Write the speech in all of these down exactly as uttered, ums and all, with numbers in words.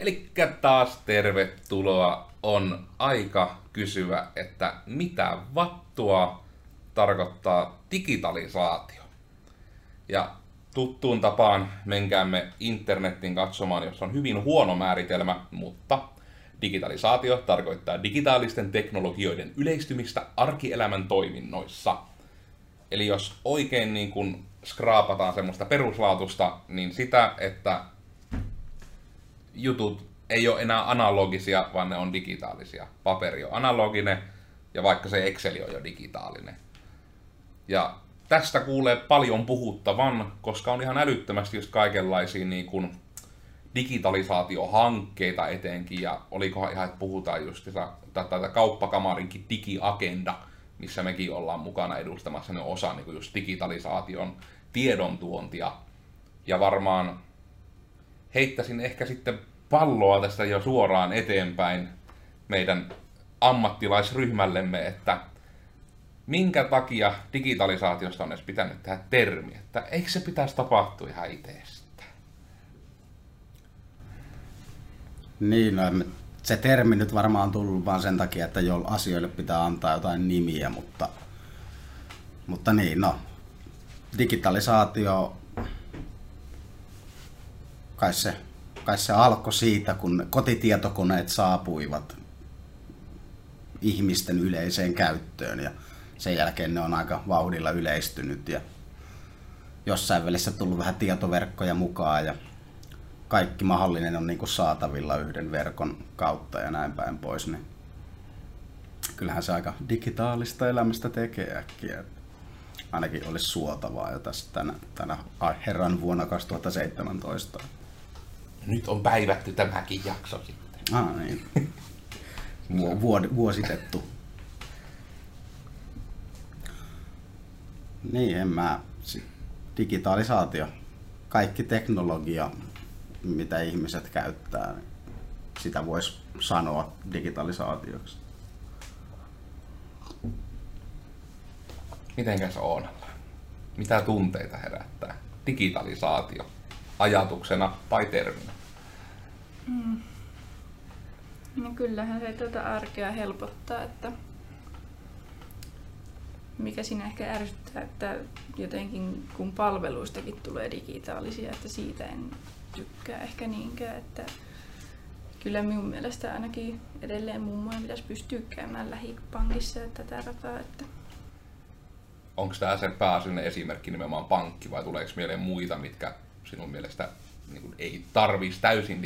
Elikkä taas tervetuloa. On aika kysyä, että mitä vattua tarkoittaa digitalisaatio. Ja tuttuun tapaan menkäämme internetin katsomaan, jossa on hyvin huono määritelmä, mutta digitalisaatio tarkoittaa digitaalisten teknologioiden yleistymistä arkielämän toiminnoissa. Eli jos oikein niin kun skraapataan semmoista peruslaatusta, niin sitä, että jutut ei ole enää analogisia, vaan ne on digitaalisia. Paperi on analoginen ja vaikka se Excel on jo digitaalinen. Ja tästä kuulee paljon puhuttavan, koska on ihan älyttömästi just kaikenlaisia niin kuin digitalisaatiohankkeita etenkin. Ja olikohan ihan, että puhutaan just tätä kauppakamarinkin digiagenda, missä mekin ollaan mukana edustamassa ne osa niin kuin just digitalisaation tiedontuontia. Ja varmaan heittäisin ehkä sitten palloa tästä jo suoraan eteenpäin meidän ammattilaisryhmällemme, että minkä takia digitalisaatiosta on edes pitänyt tehdä termi, että eikö se pitäisi tapahtua ihan itsestä? Niin, no, se termi nyt varmaan on tullut vaan sen takia, että jo asioille pitää antaa jotain nimiä, mutta, mutta niin, no, digitalisaatio, kai se, kai se alkoi siitä, kun kotitietokoneet saapuivat ihmisten yleiseen käyttöön ja sen jälkeen ne on aika vauhdilla yleistynyt ja jossain välissä tullut vähän tietoverkkoja mukaan ja kaikki mahdollinen on niin kuin saatavilla yhden verkon kautta ja näin päin pois. Niin kyllähän se aika digitaalista elämästä tekee äkkiä. Ainakin olisi suotavaa jo tässä tänä, tänä herran vuonna kaksituhattaseitsemäntoista. Nyt on päivätty tämäkin jakso sitten. Ah, niin. Vuod, vuositettu. Niin, en mä. Digitalisaatio. Kaikki teknologia, mitä ihmiset käyttää, niin sitä voisi sanoa digitalisaatioksi. Mitenkäs Oonalla? Mitä tunteita herättää digitalisaatio ajatuksena tai terminä? Mm. No kyllähän se tuota arkea helpottaa, että mikä siinä ehkä ärsyttää, että jotenkin kun palveluistakin tulee digitaalisia, että siitä en tykkää ehkä niinkään, että kyllä minun mielestä ainakin edelleen mummoja pitäisi pystyä käymään lähipankissa tätä rataa. Että onko tämä se pääasiallinen esimerkki nimenomaan pankki vai tuleeko mieleen muita, mitkä sinun mielestä niin kuin ei tarvitsisi täysin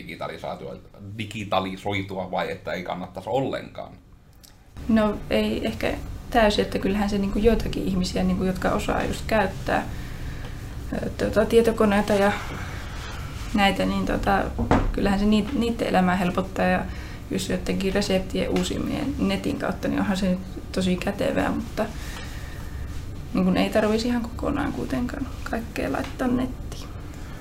digitalisoitua vai että ei kannattaisi ollenkaan? No ei ehkä täysin, että kyllähän se niin kuin joitakin ihmisiä, niin kuin, jotka osaa just käyttää tuota, tietokoneita ja näitä, niin tota, kyllähän se niiden elämää helpottaa ja jos jotenkin reseptien uusiminen netin kautta, niin onhan se nyt tosi kätevää, mutta niin kuin ei tarvitsisi ihan kokonaan kuitenkaan kaikkea laittaa nettiin.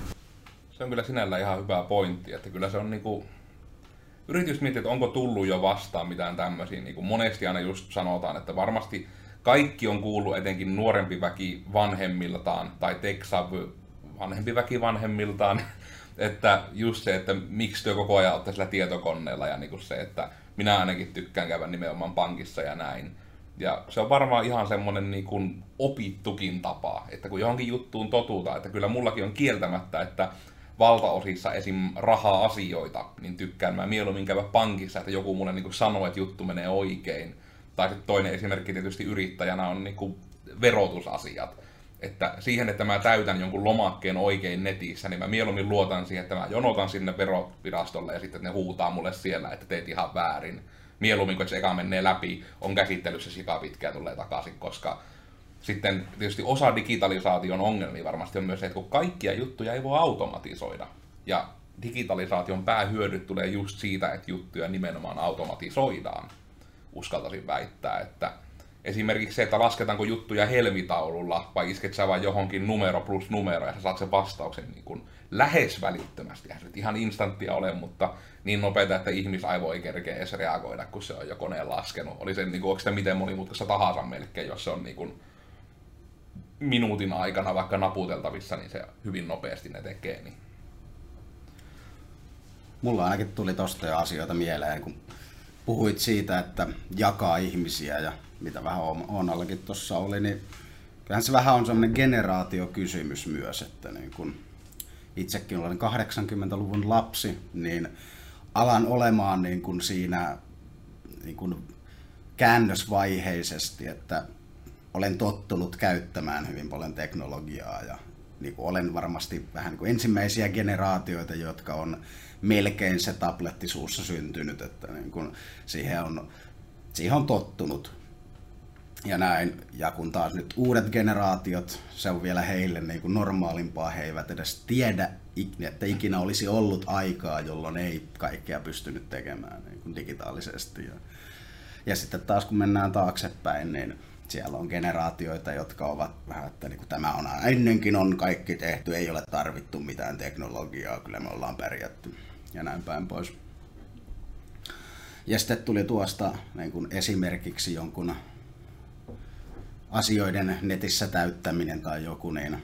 Se on kyllä sinällään ihan hyvä pointti, että kyllä se on niinku yritys miettiä, että onko tullut jo vastaan mitään tämmöisiä. Niin kuin monesti aina just sanotaan, että varmasti kaikki on kuullut etenkin nuorempi väki vanhemmiltaan tai tech-savvy vanhempi väki vanhemmiltaan. Että just se, että miksi työ koko ajan olette sillä tietokoneella ja niin kuin se, että minä ainakin tykkään käydä nimenomaan pankissa ja näin. Ja se on varmaan ihan semmoinen niin kuin opittukin tapa, että kun johonkin juttuun totutaan, että kyllä mullakin on kieltämättä, että valtaosissa esim. Raha-asioita, niin tykkään mä mieluummin käydä pankissa, että joku mulle niin sanoo, että juttu menee oikein. Tai sitten toinen esimerkki tietysti yrittäjänä on niin kuin verotusasiat. Että siihen, että mä täytän jonkun lomakkeen oikein netissä, niin mä mieluummin luotan siihen, että mä jonotan sinne verovirastolle ja sitten ne huutaa mulle siellä, että teet ihan väärin. Mieluummin, kun se eka menee läpi, on käsittelyssä sika pitkään tulee takaisin, koska sitten tietysti osa digitalisaation ongelmia varmasti on myös se, että kun kaikkia juttuja ei voi automatisoida. Ja digitalisaation päähyödyt tulee just siitä, että juttuja nimenomaan automatisoidaan. Uskaltaisin väittää, että esimerkiksi se, että lasketaanko juttuja helmitaululla vai isket sä vain johonkin numero plus numero ja sä saat sen vastauksen niin kuin lähes välittömästi. Eihän se nyt ihan instanttia ole, mutta niin nopeita, että ihmisaivo ei kerkeä edes reagoida, kun se on jo koneen laskenut. Oli se, niin kuin, onko sitä miten monimutkaista tahansa melkein, jos se on niin kuin minuutin aikana vaikka naputeltavissa, niin se hyvin nopeasti ne tekee. Niin mulla ainakin tuli tosta jo asioita mieleen, kun puhuit siitä, että jakaa ihmisiä ja mitä vähän Oonallakin tuossa oli, niin kyllähän se vähän on semmoinen generaatiokysymys myös, että niin kun itsekin olen kahdeksankymmentäluvun lapsi, niin alan olemaan niin kun siinä niin kun käännösvaiheisesti, että olen tottunut käyttämään hyvin paljon teknologiaa ja niin kuin olen varmasti vähän niin kuin ensimmäisiä generaatioita, jotka on melkein se tabletti suussa syntynyt, että niin kuin siihen, on, siihen on tottunut ja näin. Ja kun taas nyt uudet generaatiot, se on vielä heille niin kuin normaalimpaa, he eivät edes tiedä, että ikinä olisi ollut aikaa, jolloin ei kaikkea pystynyt tekemään niin kuin digitaalisesti. Ja, ja sitten taas kun mennään taaksepäin, niin siellä on generaatioita, jotka ovat vähän, että niin kuin tämä on ennenkin on kaikki tehty, ei ole tarvittu mitään teknologiaa, kyllä me ollaan pärjätty ja näin päin pois. Ja sitten tuli tuosta niin kuin esimerkiksi jonkun asioiden netissä täyttäminen tai joku, niin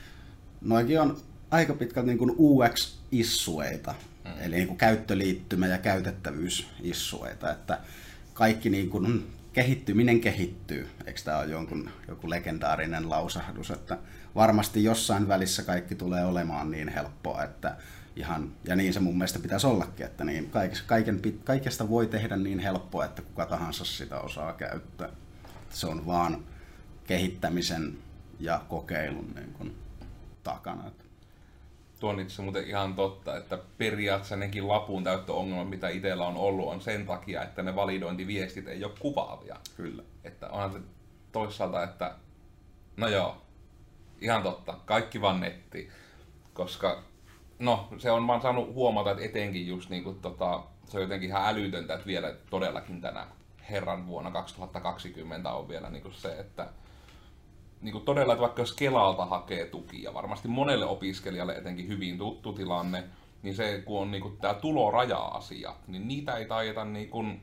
noikin on aika pitkälti niin kuin U X-issueita, mm. eli niin kuin käyttöliittymä- ja käytettävyysissueita, että kaikki niin kuin kehittyminen kehittyy. Eikö tämä ole jonkun, joku legendaarinen lausahdus, että varmasti jossain välissä kaikki tulee olemaan niin helppoa, että ihan, ja niin se mun mielestä pitäisi ollakin, että niin kaiken, kaikesta voi tehdä niin helppoa, että kuka tahansa sitä osaa käyttää. Se on vaan kehittämisen ja kokeilun niin kuin takana. Tuo on itse muuten ihan totta, että periaatteessa nekin lapun täyttöongelmat, mitä itsellä on ollut, on sen takia, että ne validointiviestit ei ole kuvaavia. Kyllä. Että onhan se toisaalta, että no joo, ihan totta, kaikki vaan netti. Koska no, se on vaan saanut huomata, että etenkin just niin kuin, tota, se on jotenkin ihan älytöntä, että vielä todellakin tänä herran vuonna kaksituhattakaksikymmentä on vielä niin kuin se, että niin kuin todella, että vaikka jos Kelalta hakee tukia, varmasti monelle opiskelijalle etenkin hyvin tuttu tilanne, niin se kun on niin kuin tämä tuloraja-asia, niin niitä ei taida niin kuin,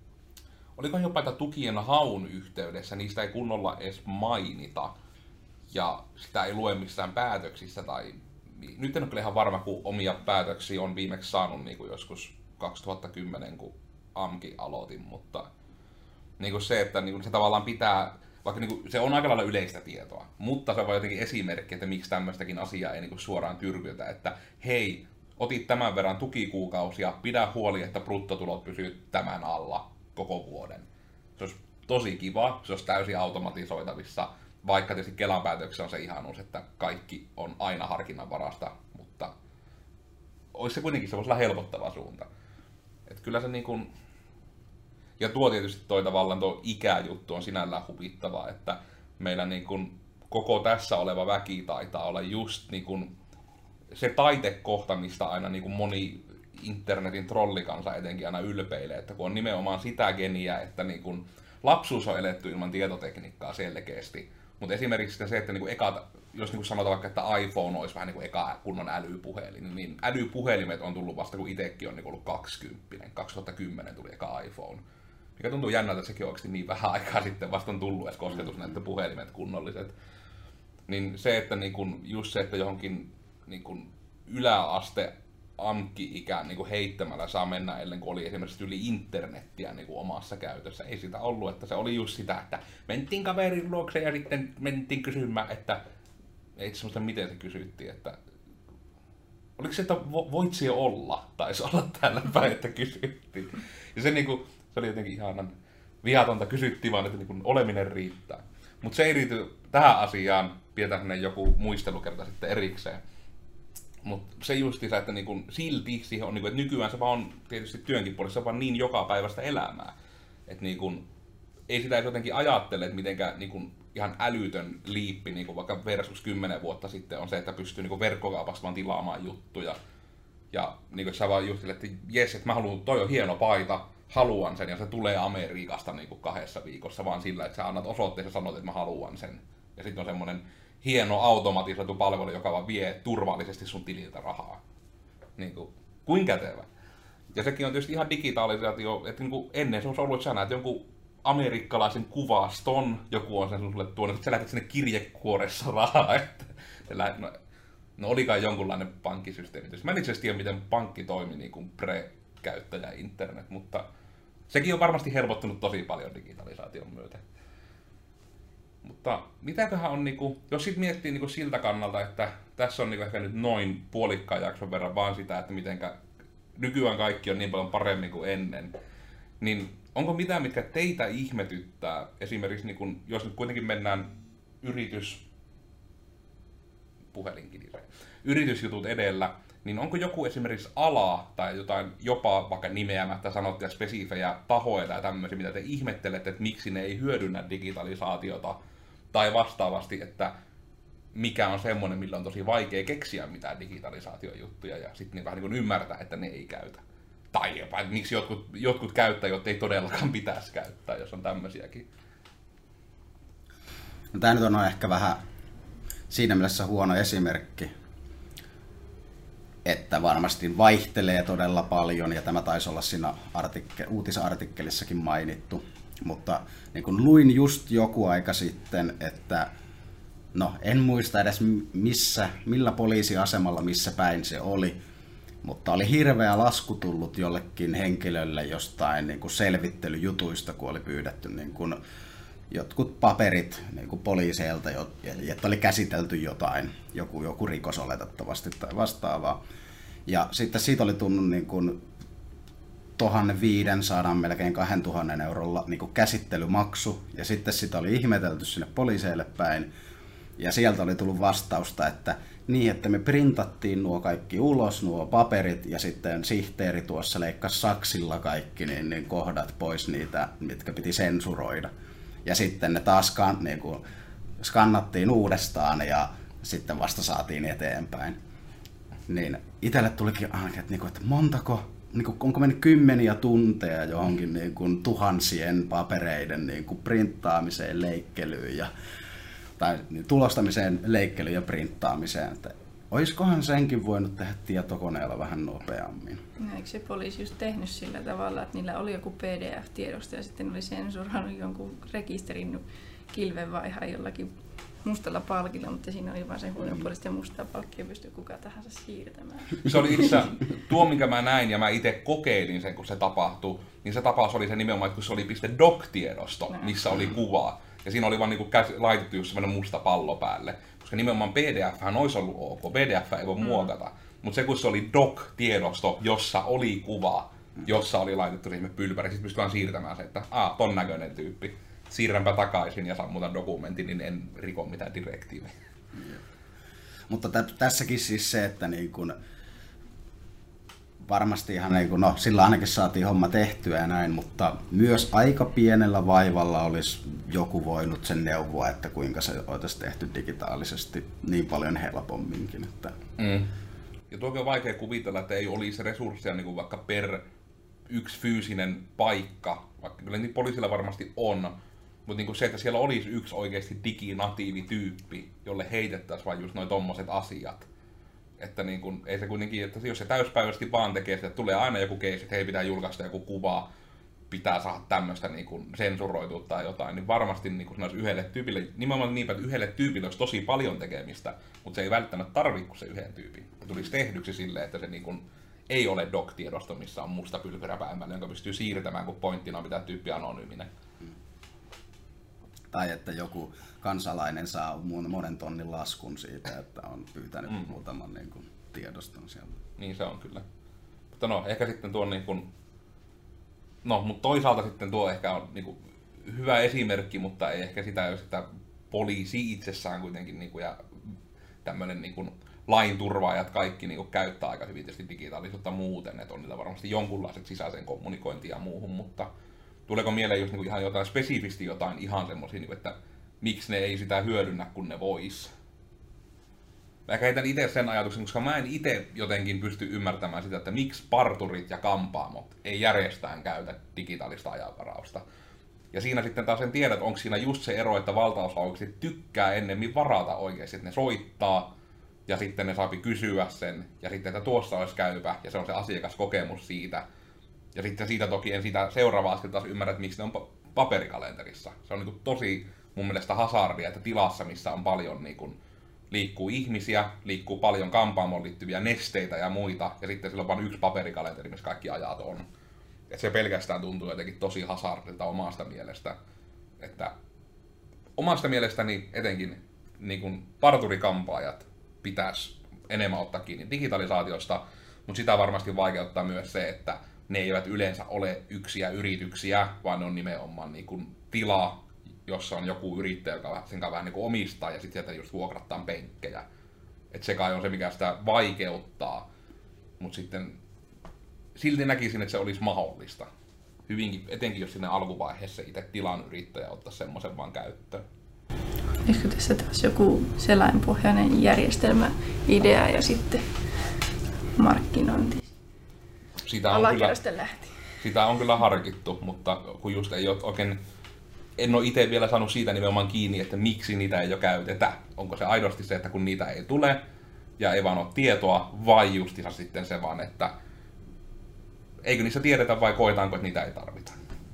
oliko jopa että tukien haun yhteydessä, niistä ei kunnolla edes mainita ja sitä ei lue missään päätöksissä tai nyt en ole kyllä ihan varma, kun omia päätöksiä on viimeksi saanut niin kuin joskus kaksituhattakymmenen, kun A M K aloitin, mutta niin kuin se, että niin kuin se tavallaan pitää, vaikka niin kuin, se on aika lailla yleistä tietoa, mutta se on jotenkin esimerkki, että miksi tämmöistäkin asiaa ei niin kuin suoraan tyrkytä, että hei, otit tämän verran tukikuukausia, pidä huoli, että bruttotulot pysyy tämän alla koko vuoden. Se olisi tosi kiva, se olisi täysin automatisoitavissa, vaikka tietysti Kelan päätöksessä on se ihanuus, että kaikki on aina harkinnanvarasta, mutta olisi se kuitenkin se voisi olla helpottava suunta. Että kyllä se niin kuin, ja tuo tietysti toi tavallaan tuo ikäjuttu on sinällään huvittavaa, että meillä niin kuin koko tässä oleva väki taitaa olla just niin kuin se taitekohta, mistä aina niin kuin moni internetin trollikansa etenkin aina ylpeilee, että kun on nimenomaan sitä geniä, että niin kuin lapsuus on eletty ilman tietotekniikkaa selkeästi, mutta esimerkiksi se, että niin kuin eka, jos niin kuin sanotaan vaikka, että iPhone olisi vähän niin kuin eka kunnon älypuhelin, niin älypuhelimet on tullut vasta, kun itsekin on niin kuin ollut kaksikymmentä, kaksituhattakymmenen tuli eka iPhone. Mikä tuntuu jännältä, että sekin on oikeasti niin vähän aikaa sitten vasta on tullut edes kosketus näitä puhelimet kunnolliset. Niin se, että niin kun, just se, että johonkin niin kun yläaste amkki-ikään niin kun heittämällä saa mennä, ellen kuin oli esimerkiksi yli internettiä niin kun omassa käytössä. Ei sitä ollut, että se oli just sitä, että mentiin kaverin luokse ja sitten mentiin kysymään, että ei semmoista miten se kysyttiin, että oliko se, että voit siellä olla? Taisi olla tällä päin, että kysyttiin. Ja se, niin kun, se oli jotenkin ihanan vihatonta, kysyttiin vaan, että niin kun oleminen riittää. Mutta se ei liity tähän asiaan, pidetään sinne joku muistelukerta sitten erikseen. Mutta se justiinsa, että niinku, silti siihen on, niinku, että nykyään se vaan on tietysti työnkin puolessa, se on vaan niin joka päivästä elämää. Että niinku, ei sitä edes jotenkin ajattele, että mitenkä niinku, ihan älytön liippi, niinku, vaikka versus kymmenen vuotta sitten on se, että pystyy niinku, verkkokaupasta vaan tilaamaan juttuja. Ja niinku, sä vaan just että jes, että mä haluan, toi on hieno paita, haluan sen, ja se tulee Amerikasta niinku, kahdessa viikossa vaan sillä, että sä annat osoitteessa ja sanot, että mä haluan sen. Ja sitten on semmonen hieno automatisoitu palvelu, joka vaan vie turvallisesti sun tililtä rahaa. Niin kuin, kuin kätevä. Ja sekin on tietysti ihan digitalisaatio, että niin kuin ennen se olisi ollut, että sä näet jonkun amerikkalaisen kuvaston, joku on sen sulle tuonut, että sä lähdet sinne kirjekuoressa rahaa. Että, no, No olikaan jonkunlainen pankkisysteemi. Mä en itse asiassa tiedä, miten pankki toimi niin kuin pre-käyttäjä internet, mutta sekin on varmasti helpottunut tosi paljon digitalisaation myötä. Mutta mitäköhän on, niinku, jos sit miettii niinku siltä kannalta, että tässä on niinku ehkä nyt noin puolikkaan jakson verran vaan sitä, että mitenkä nykyään kaikki on niin paljon paremmin kuin ennen, niin onko mitään, mitkä teitä ihmetyttää, esimerkiksi niinku, jos nyt kuitenkin mennään yritys, puhelinkin, yritysjutut edellä, niin onko joku esimerkiksi ala tai jotain jopa vaikka nimeämättä sanottuja spesifejä tahoja tai tämmöisiä, mitä te ihmettelette, että miksi ne ei hyödynnä digitalisaatiota, tai vastaavasti, että mikä on semmoinen, millä on tosi vaikea keksiä mitään digitalisaatiojuttuja ja sitten niin vähän niin kuin ymmärtää, että ne ei käytä. Tai jopa, että miksi jotkut, jotkut käyttää, jotta ei todellakaan pitäisi käyttää, jos on tämmöisiäkin. No, tämä nyt on ehkä vähän siinä mielessä huono esimerkki, että varmasti vaihtelee todella paljon, ja tämä taisi olla siinä artikke- uutisartikkelissakin mainittu. Mutta niin kun luin just joku aika sitten, että no en muista edes missä, millä poliisiasemalla missä päin se oli, mutta oli hirveä lasku tullut jollekin henkilölle jostain niin kuin selvittelyjutuista, kun oli pyydetty niin kuin jotkut paperit niin kuin poliiseilta, että oli käsitelty jotain, joku, joku rikos oletettavasti tai vastaavaa. Ja sitten siitä oli tullut niin kuin tuhatviisisataa melkein kaksituhatta eurolla niin kuin käsittelymaksu, ja sitten sitä oli ihmetelty sinne poliiseille päin, ja sieltä oli tullut vastausta, että niin, että me printattiin nuo kaikki ulos, nuo paperit, ja sitten sihteeri tuossa leikkasi saksilla kaikki niin, niin kohdat pois niitä, mitkä piti sensuroida. Ja sitten ne taas kan, niin kuin, skannattiin uudestaan, ja sitten vasta saatiin eteenpäin. Niin itselle tulikin ainakin, että, että montako, onko mennyt kymmeniä tunteja johonkin niin kuin tuhansien papereiden niin kuin printtaamiseen, leikkelyyn ja tai tulostamiseen, leikkelyyn ja printtaamiseen. Että olisikohan senkin voinut tehdä tietokoneella vähän nopeammin? No, eikö se poliisi just tehnyt sillä tavalla, että niillä oli joku P D F-tiedosto ja sitten oli sensuroinut jonkun rekisterin kilvenvaihaan jollakin mustalla palkilla, mutta siinä oli vain se huonopuolista ja mustaa palkkia pystyy kuka tahansa siirtämään. Se oli itse tuo, minkä mä näin ja mä itse kokeilin sen, kun se tapahtui, niin se tapaus oli se nimenomaan, että kun se oli .doc-tiedosto, no. missä oli kuva. Ja siinä oli vaan niinku käs, laitettu just semmoinen musta pallo päälle. Koska nimenomaan P D F-hän olisi ollut ok, P D F ei voi mm. muokata. Mutta se kun se oli doc-tiedosto, jossa oli kuva, jossa oli laitettu siihen pylpäri, sitten pystyi vaan siirtämään se, että aah, ton näköinen tyyppi. Siirränpä takaisin ja sammutan dokumentin, niin en riko mitään direktiivejä. Mutta t- tässäkin siis se, että niin kun, varmasti ihan niin kun, no, sillä ainakin saatiin homma tehtyä ja näin, mutta myös aika pienellä vaivalla olisi joku voinut sen neuvoa, että kuinka se oltaisiin tehty digitaalisesti niin paljon helpomminkin. Että... Mm. Ja tuokin on vaikea kuvitella, että ei olisi resursseja niin kuin vaikka per yksi fyysinen paikka, vaikka kyllä niin poliisilla varmasti on, mutta niin se, että siellä olisi yksi oikeasti diginatiivityyppi, jolle heitettäisiin vain just noi tommoset asiat. Että niin kun, ei se kuitenkin, että jos se täyspäiväisesti vaan tekee sitä, että tulee aina joku keissi, että hei, pitää julkaista joku kuva, pitää saada tämmöistä niin kun sensuroitua tai jotain, niin varmasti niin kun se olisi yhdelle tyypille, nimenomaan niin, että yhdelle tyypille olisi tosi paljon tekemistä, mutta se ei välttämättä tarvitse kuin se yhden tyypin. Se tulisi tehdyksi silleen, että se niin kun ei ole doc-tiedosto, missä on musta pylpyrä päämällä, jonka pystyy siirtämään, kun pointtina on pitää tyyppi anonyyminen. Tai että joku kansalainen saa monen tonnin laskun siitä, että on pyytänyt mm. muutaman niin kuin, tiedoston sieltä. Niin se on kyllä. Mutta no, ehkä sitten tuo niin kuin, no, mutta toisaalta sitten tuo ehkä on niin kuin, hyvä esimerkki, mutta ei ehkä sitä, jos sitä poliisi itsessään kuitenkin niin kuin, ja tämmöinen niin kuin, lain turvaajat kaikki niin kuin, käyttää aika hyvin tietysti digitaalisuutta muuten, että on niillä varmasti jonkunlaiset sisäisen kommunikointia ja muuhun, mutta tuleeko mieleen just niin kuin, ihan jotain spesifisti jotain ihan semmoisia, niin kuin, että miksi ne ei sitä hyödynnä, kun ne vois? Mä heitän itse sen ajatuksen, koska mä en itse jotenkin pysty ymmärtämään sitä, että miksi parturit ja kampaamot ei järjestään käytä digitaalista ajanvarausta. Ja siinä sitten taas en tiedä, että onko siinä just se ero, että valtaosa oikeasti tykkää ennemmin varata oikeasti, että ne soittaa ja sitten ne saapi kysyä sen ja sitten, että tuossa olisi käypä ja se on se asiakaskokemus siitä. Ja sitten siitä toki en sitä seuraavaa askel taas ymmärrä, että miksi ne on paperikalenterissa. Se on niin kuin tosi mun mielestä hasardia, että tilassa, missä on paljon niin kuin liikkuu ihmisiä, liikkuu paljon kampaamoon liittyviä nesteitä ja muita, ja sitten sillä on vain yksi paperikalenteri, missä kaikki ajat on. Et se pelkästään tuntuu jotenkin tosi hazardilta omasta mielestä. Että omasta mielestäni etenkin niin kun parturikampaajat pitäisi enemmän ottaa kiinni digitalisaatiosta, mutta sitä varmasti vaikeuttaa myös se, että ne eivät yleensä ole yksiä yrityksiä, vaan ne on nimenomaan niin kun tila, jossa on joku yrittäjä, joka sen kanssa vähän niin kuin omistaa, ja sitten sieltä just vuokrattaan penkkejä. Että se kai on se, mikä sitä vaikeuttaa, mutta sitten silti näkisin, että se olisi mahdollista. Hyvinkin, etenkin jos sinne alkuvaiheessa itse tilan yrittäjä ottaa semmoisen vaan käyttöön. Olisiko tässä taas joku selainpohjainen järjestelmäidea ja sitten markkinointi? Sitä on, kyllä, lähtien. sitä on kyllä harkittu, mutta kun just ei ole oikein, en ole itse vielä saanut siitä nimenomaan kiinni, että miksi niitä ei jo käytetä. Onko se aidosti se, että kun niitä ei tule ja ei vaan ole tietoa, vai justiinsa sitten se vaan, että eikö niissä tiedetä vai koetaanko, että niitä ei tarvita?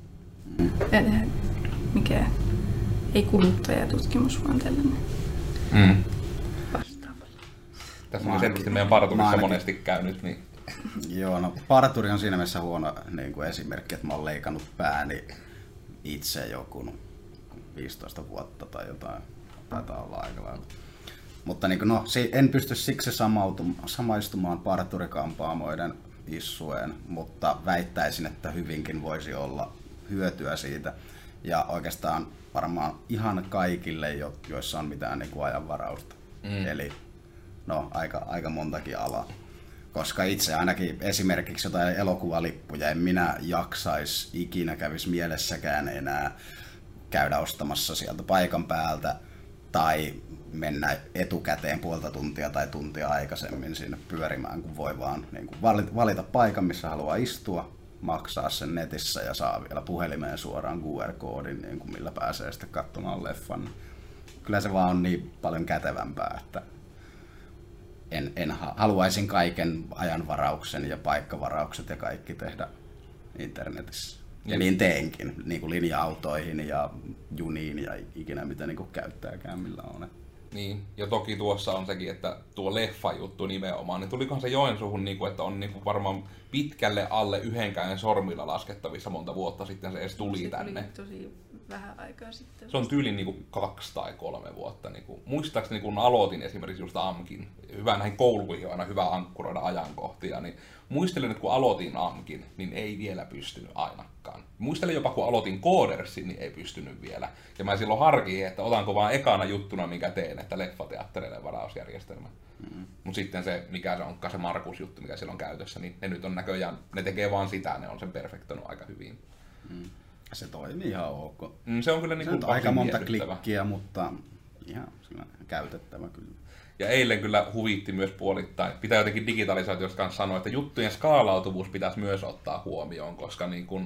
Mikä ei kuluttajatutkimus, vaan tällainen mm. vastaava. Tässä on selvästi meidän parturissa monesti käynyt. Niin. Joo, no parturi on siinä mielessä huono niin kuin esimerkki, että mä oon leikannut pääni itse joku viisitoista vuotta tai jotain. Taitaa olla aika lailla. Mutta niin kuin, no, en pysty siksi samaistumaan parturikampaamoiden issueen, mutta väittäisin, että hyvinkin voisi olla hyötyä siitä. Ja oikeastaan varmaan ihan kaikille, joissa on mitään niin kuin ajanvarausta. Mm. Eli no, aika, aika montakin alaa. Koska itse ainakin esimerkiksi jotain elokuvalippuja en minä jaksaisi ikinä kävisi mielessäkään enää käydä ostamassa sieltä paikan päältä tai mennä etukäteen puolta tuntia tai tuntia aikaisemmin sinne pyörimään, kun voi vaan niin kuin valita paikan, missä haluaa istua, maksaa sen netissä ja saa vielä puhelimeen suoraan Q R-koodin, niin kuin millä pääsee sitten katsomaan leffan. Kyllä se vaan on niin paljon kätevämpää, että en, en haluaisin kaiken ajanvarauksen ja paikkavaraukset ja kaikki tehdä internetissä. Ja niin teenkin, niin kuin linja-autoihin ja juniin ja ikinä mitä niin kuin käyttääkään millä on. Niin, ja toki tuossa on sekin, että tuo leffa-juttu nimenomaan, niin tulikohan se Joensuuhun, niin kuin, että on niin kuin varmaan pitkälle alle yhdenkään sormilla laskettavissa monta vuotta sitten se edes tuli se tänne. Tuli tosi vähän aikaa sitten. Se on tyyliin niin kuin kaksi tai kolme vuotta. Niin kuin, muistaakseni kun aloitin esimerkiksi just A M Kin, hyvä näihin kouluihin on aina hyvä ankkuroida ajankohtia, niin muistelen, että kun aloitin A M Kin, niin ei vielä pystynyt ainakaan. Muistelen jopa kun aloitin Koodersin, niin ei pystynyt vielä. Ja mä silloin harkin, että otanko vaan ekana juttuna, mikä teen, että leffateattereille varausjärjestelmä. Mm-hmm. Mutta sitten se, mikä se onkaan se Markus-juttu, mikä siellä on käytössä, niin ne nyt on näköjään, ne tekee vaan sitä, ne on sen perfektonut aika hyvin. Mm. Se toimii ihan ok. Mm, se on kyllä niin kuin aika monta klikkiä, mutta ihan käytettävä kyllä. Ja eilen kyllä huvitti myös puolittain. Pitää jotenkin digitalisaatiosta kanssa sanoa, että juttujen skaalautuvuus pitäisi myös ottaa huomioon, koska niin kun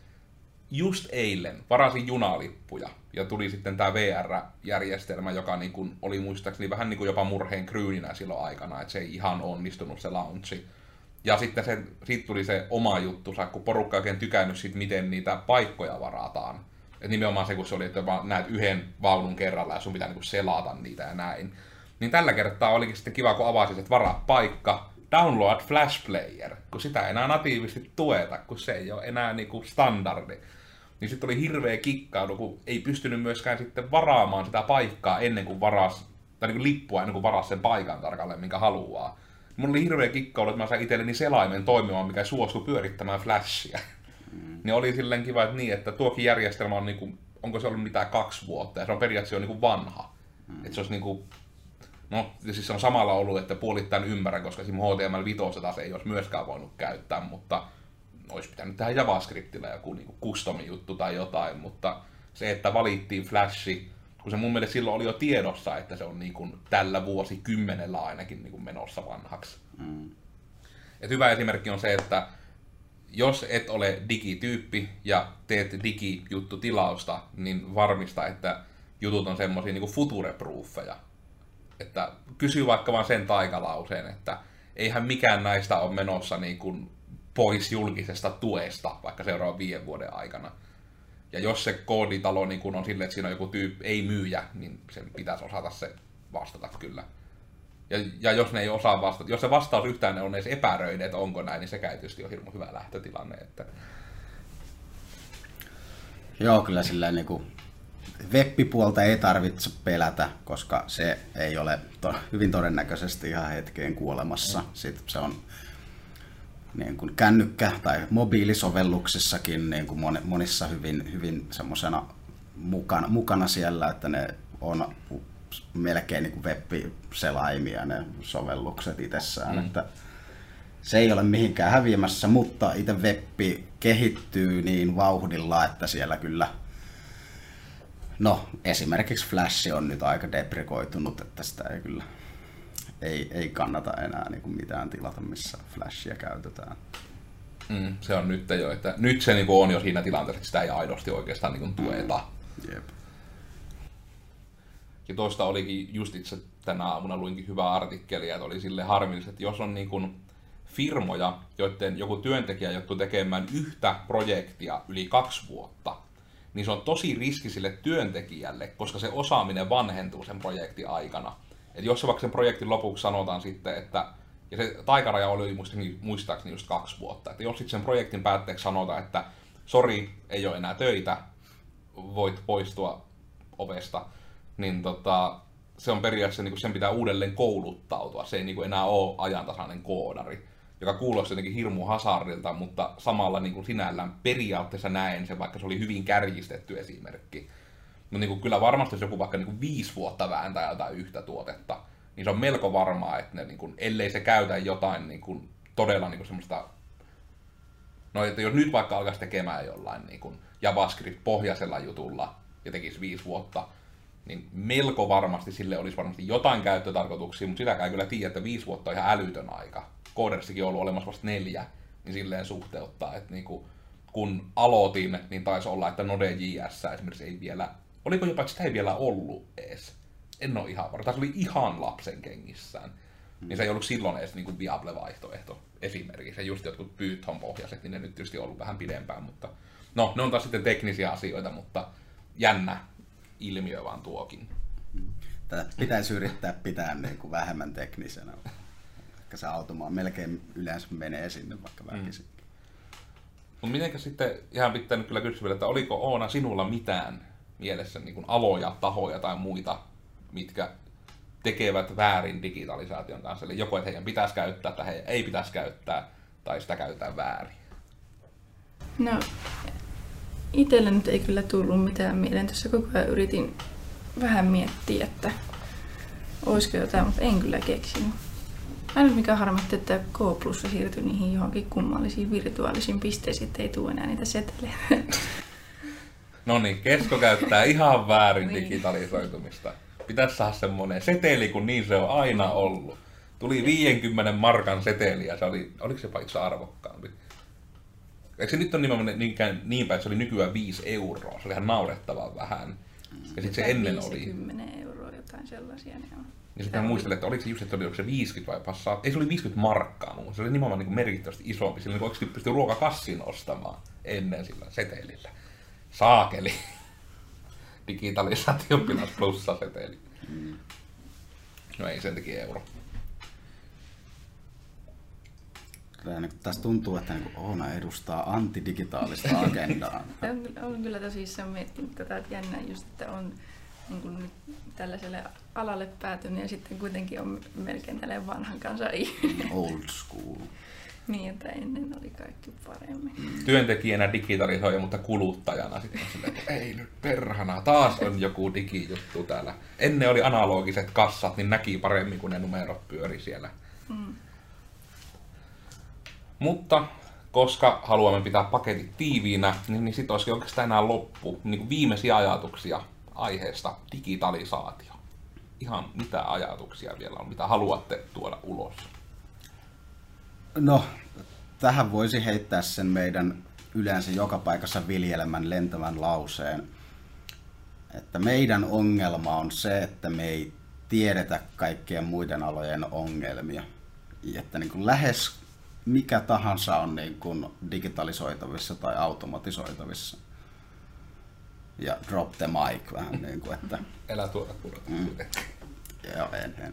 just eilen varasin junalippuja ja tuli sitten tämä V R-järjestelmä, joka niin kun oli muistaakseni vähän niin kuin jopa murheen kryyninä silloin aikana, että se ei ihan onnistunut se launchi. Ja sitten se, siitä tuli se oma juttu, kun porukka oikein tykännyt siitä, miten niitä paikkoja varataan. Et nimenomaan se, kun se oli, että vaan näet yhden vaunun kerralla ja sun pitää niin kuin selata niitä ja näin. Niin tällä kertaa olikin sitten kiva, kun avasit, että varaa paikka, download Flash Player, kun sitä ei enää natiivisesti tueta, kun se ei ole enää niinku standardi. Niin sitten oli hirveä kikkailu, kun ei pystynyt myöskään sitten varaamaan sitä paikkaa ennen kuin varas, tai niinku lippua ennen kuin varas sen paikan tarkalleen, minkä haluaa. Mulla oli hirveä kikkailu, että mä sain itselleni selaimen toimimaan, mikä suostui pyörittämään Flashia. Mm. Niin oli silleen kiva, että niin, että tuokin järjestelmä on niinku, onko se ollut mitään kaksi vuotta, ja se on periaatteessa jo niinku vanha. Mm. Että se olisi niinku, no, siis se on samalla ollut, että puolittain ymmärrän, koska siinä H T M L viisi taas ei olisi myöskään voinut käyttää, mutta olisi pitänyt tehdä JavaScriptilla joku niin custom-juttu tai jotain, mutta se, että valittiin Flashi, kun se mun mielestä silloin oli jo tiedossa, että se on niin kuin tällä vuosikymmenellä ainakin niin kuin menossa vanhaksi. Mm. Et hyvä esimerkki on se, että jos et ole digityyppi ja teet digijuttutilausta, niin varmista, että jutut on semmosia niin kuin future-proofeja. Että kysy vaikka vaan sen taikalauseen, että eihän mikään näistä ole menossa niin kuin pois julkisesta tuesta vaikka seuraavan viiden vuoden aikana. Ja jos se kooditalo niin kuin on silleen, että siinä on joku tyyppi, ei myyjä, niin sen pitäisi osata se vastata kyllä. Ja, ja jos ne ei osaa vastata, jos se vastaus yhtään on edes epäröiden, että onko näin, niin sekä tietysti on hirmu hyvä lähtötilanne. Että... Joo, kyllä sillä niin kuin web-puolta ei tarvitse pelätä, koska se ei ole to- hyvin todennäköisesti ihan hetkeen kuolemassa. Sitten se on niin kuin kännykkä- tai mobiilisovelluksissakin niin kuin monissa hyvin, hyvin semmoisena mukana, mukana siellä, että ne on melkein niin kuin web-selaimia ne sovellukset itsessään. Mm. Että se ei ole mihinkään häviämässä, mutta itse web kehittyy niin vauhdilla, että siellä kyllä, no esimerkiksi Flash on nyt aika deprekoitunut, että sitä ei kyllä ei, ei kannata enää niin kuin mitään tilata, missä Flashia käytetään. Mm, se on nyt jo, että nyt se niin kuin on jo siinä tilanteessa, että sitä ei aidosti oikeastaan niin kuin tueta. Mm. Jep. Ja tuosta olikin just itse tänä aamuna luinkin hyvää artikkelia, että oli sille harmillista, että jos on niin kuin firmoja, joiden joku työntekijä joutuu tekemään yhtä projektia yli kaksi vuotta, niin se on tosi riski sille työntekijälle, koska se osaaminen vanhentuu sen projektin aikana. Et jos se vaikka sen projektin lopuksi sanotaan sitten, että ja se taikaraja oli muistaakseni just kaksi vuotta, että jos sitten sen projektin päätteeksi sanotaan, että sori, ei ole enää töitä, voit poistua ovesta, niin tota, se on periaatteessa, niin sen pitää uudelleen kouluttautua. Se ei niin enää ole ajantasainen koodari, joka kuulostaa jotenkin hirmu hasardilta, mutta samalla niin sinällään periaatteessa näen se, vaikka se oli hyvin kärjistetty esimerkki. Mutta niin kyllä varmasti, jos joku vaikka niin viisi vuotta vääntää jotain yhtä tuotetta, niin se on melko varmaa, että ne, niin kuin, ellei se käytä jotain niin kuin, todella niin kuin semmoista... No, että jos nyt vaikka alkaisi tekemään jollain niin kuin JavaScript-pohjaisella jutulla ja tekisi viisi vuotta, niin melko varmasti sille olisi varmasti jotain käyttötarkoituksia, mutta sitäkään ei kyllä tiedä, että viisi vuotta on ihan älytön aika. Koodersikin on ollut olemassa vasta neljä, niin silleen suhteuttaa, että niinku, kun aloitin, niin taisi olla, että Node.js esimerkiksi ei vielä, oliko jopa, että sitä ei vielä ollut edes. En ole ihan varma, taisi oli ihan lapsen kengissään. Mm. Niin se ei ollut silloin edes niinku viable vaihtoehto esimerkiksi. Ja just jotkut Python-pohjaiset, niin ne nyt tietysti on ollut vähän pidempään, mutta no, ne on taas sitten teknisiä asioita, mutta jännä ilmiö vaan tuokin. Tätä pitäisi yrittää pitää niin kuin vähemmän teknisenä. Ehkä se automaan melkein yleensä menee sinne vaikka väkisin. Mm. Mutta mitenkä sitten, ihan pitää nyt kyllä kysyä, että oliko Oona sinulla mitään mielessä niin kuin aloja, tahoja tai muita, mitkä tekevät väärin digitalisaation kanssa? Eli joko, että heidän pitäisi käyttää tai heidän ei pitäisi käyttää, tai sitä käytetään väärin? No, itsellä nyt ei kyllä tullut mitään mieleen. Tässä koko ajan yritin vähän miettiä, että olisiko jotain, mutta en kyllä keksinyt. Ainut mikä harmitti, että K plus siirtyi niihin johonkin kummallisiin virtuaalisiin pisteisiin, että ei tule enää niitä seteleitä. No niin, Kesko käyttää ihan väärin digitalisoitumista. Pitäisi saada semmoinen seteli, kun niin se on aina ollut. Tuli viidenkymmenen markan seteli ja se oli, oliko se jopa itse arvokkaampi? Eikö se nyt ole nimenomaan niinkään niin päin, että se oli nykyään viisi euroa, se oli ihan naurettavan vähän. Ja sitten se ennen oli... viisikymmentä euroa, jotain sellaisia ne on. Ja sitten mä muistelin, että oliko se just, että oli, se viisikymmentä vai passaa, ei se oli viisikymmentä markkaa, mutta se oli nimenomaan niin merkittävästi isompi, sillä niin oikeasti pystyi ruokakassin ostamaan ennen sillä setelillä. Saakeli. Digitalisaatio pilas plussa seteli. No ei, sen teki euro. Tässä tuntuu, että Oona edustaa antidigitaalista agendaa. Olen kyllä tosissaan miettinyt tätä, että jännä just, että on niin kuin nyt tällaiselle alalle päätynyt ja sitten kuitenkin on melkein tällainen vanhan kansan ihminen. Old school. Niin, että ennen oli kaikki paremmin. Työntekijänä digitalisoija, mutta kuluttajana sitten silleen, että ei nyt perhana, taas on joku digijuttu täällä. Ennen oli analogiset kassat, niin näki paremmin, kun ne numerot pyöri siellä. Mm. Mutta koska haluamme pitää paketit tiiviinä, niin, niin sitten olisikin oikeastaan enää loppu. Niin kuin viimeisiä ajatuksia aiheesta digitalisaatio. Ihan mitä ajatuksia vielä on, mitä haluatte tuoda ulos? No, tähän voisi heittää sen meidän yleensä joka paikassa viljelemän lentävän lauseen, että meidän ongelma on se, että me ei tiedetä kaikkien muiden alojen ongelmia. Että niin kuin lähes mikä tahansa on niin kuin digitalisoitavissa tai automatisoitavissa. Ja drop the mic vähän niin kuin, että... Elä tuoda pudota. Mm. Joo, en, en.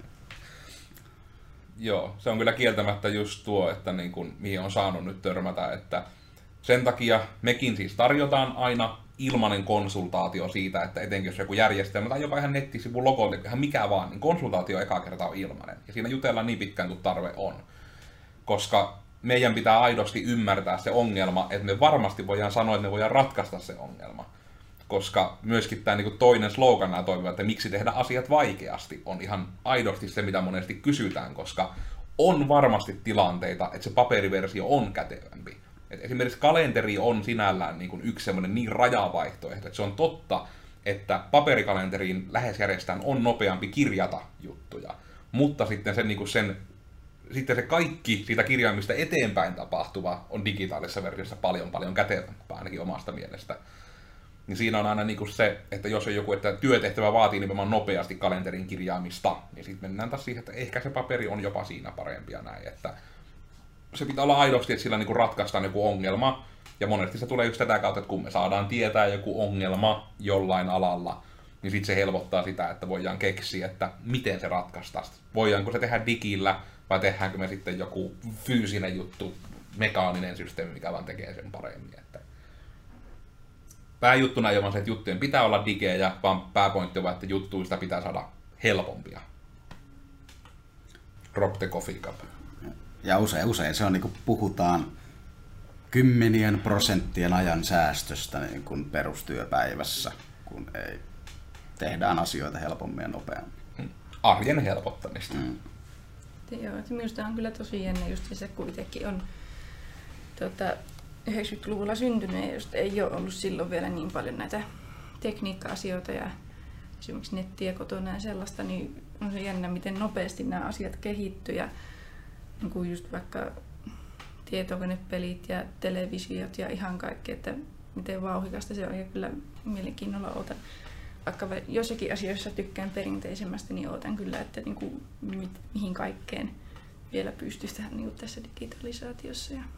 Joo, se on kyllä kieltämättä just tuo, että niin kuin, mihin on saanut nyt törmätä, että sen takia mekin siis tarjotaan aina ilmainen konsultaatio siitä, että etenkin jos joku järjestelmä tai jopa ihan nettisivun logo, ihan mikä vaan, niin konsultaatio eka kerta on ilmainen. Ja siinä jutellaan niin pitkään kuin tarve on. Koska meidän pitää aidosti ymmärtää se ongelma, että me varmasti voidaan sanoa, että me voidaan ratkaista se ongelma. Koska myöskin tämä niin toinen slogan nämä toimivat, että miksi tehdä asiat vaikeasti, on ihan aidosti se, mitä monesti kysytään, koska on varmasti tilanteita, että se paperiversio on kätevämpi. Et esimerkiksi kalenteri on sinällään niin kuin yksi semmoinen niin rajavaihtoehto, että se on totta, että paperikalenteriin lähes järjestään on nopeampi kirjata juttuja, mutta sitten, sen, niin kuin sen, sitten se kaikki siitä kirjaamista eteenpäin tapahtuva on digitaalisessa versiossa paljon paljon kätevämpää, ainakin omasta mielestä. Niin siinä on aina niin kuin se, että jos on joku, että työtehtävä vaatii nimenomaan nopeasti kalenterin kirjaamista, niin sitten mennään taas siihen, että ehkä se paperi on jopa siinä parempi ja näin, että se pitää olla aidosti, että sillä niin kuin ratkaistaan joku ongelma, ja monesti se tulee just tätä kautta, että kun me saadaan tietää joku ongelma jollain alalla, niin sitten se helpottaa sitä, että voidaan keksiä, että miten se ratkaistaan. Voidaanko se tehdä digillä, vai tehdäänkö me sitten joku fyysinen juttu, mekaaninen systeemi, mikä vaan tekee sen paremmin. Että pääjuttuna ei ole se, että juttujen pitää olla digejä, vaan pääpointti on vaan, että juttuista pitää saada helpompia. Drop the coffee cup. Ja usein, usein se on niin kuin puhutaan kymmenien prosenttien ajan säästöstä niin kuin perustyöpäivässä, kun ei tehdään asioita helpommin ja nopeammin. Arjen helpottamista. Mm. Joo, että minusta on kyllä tosi jännä just se, kun itsekin on tuota, yhdeksänkymmentäluvulla syntynyt ja just ei ole ollut silloin vielä niin paljon näitä tekniikka-asioita ja esimerkiksi nettiä kotona ja sellaista, niin on se jännä, miten nopeasti nämä asiat kehittyy ja niin kuin just vaikka tietokonepelit ja televisiot ja ihan kaikki, että miten vauhikasta se on ja kyllä mielenkiinnolla ootan. Vaikka jossakin asioissa tykkään perinteisemmästä, niin ootan kyllä, että niin kuin, mi- mihin kaikkeen vielä pystyisi tähän niin kuin tässä digitalisaatiossa. Ja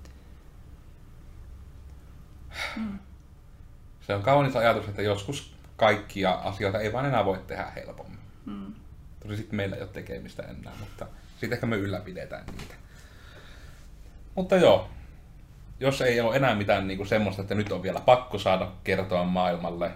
Mm. Se on kaunis ajatus, että joskus kaikkia asioita ei vaan enää voi tehdä helpommin. Mm. Tosi sitten meillä ei ole tekemistä enää, mutta sitten ehkä me ylläpidetään niitä. Mutta joo, jos ei ole enää mitään niinku semmoista, että nyt on vielä pakko saada kertoa maailmalle,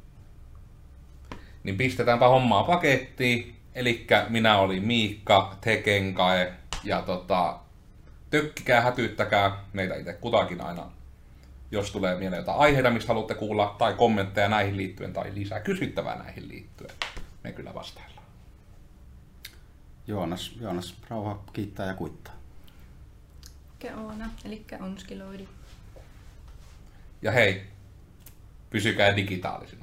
niin pistetäänpä hommaa pakettiin. Elikkä minä olin Miikka, Tekenkae ja tota, tökkikää, hätyyttäkää meitä itse kutakin aina. Jos tulee mieleen jotain aiheita, mistä haluatte kuulla, tai kommentteja näihin liittyen, tai lisää kysyttävää näihin liittyen, me kyllä vastaillaan. Joonas, Joonas Rauha kiittää ja kuittaa. Mikä Oona, elikkä Onskiloidi. Ja hei, pysykää digitaalisina.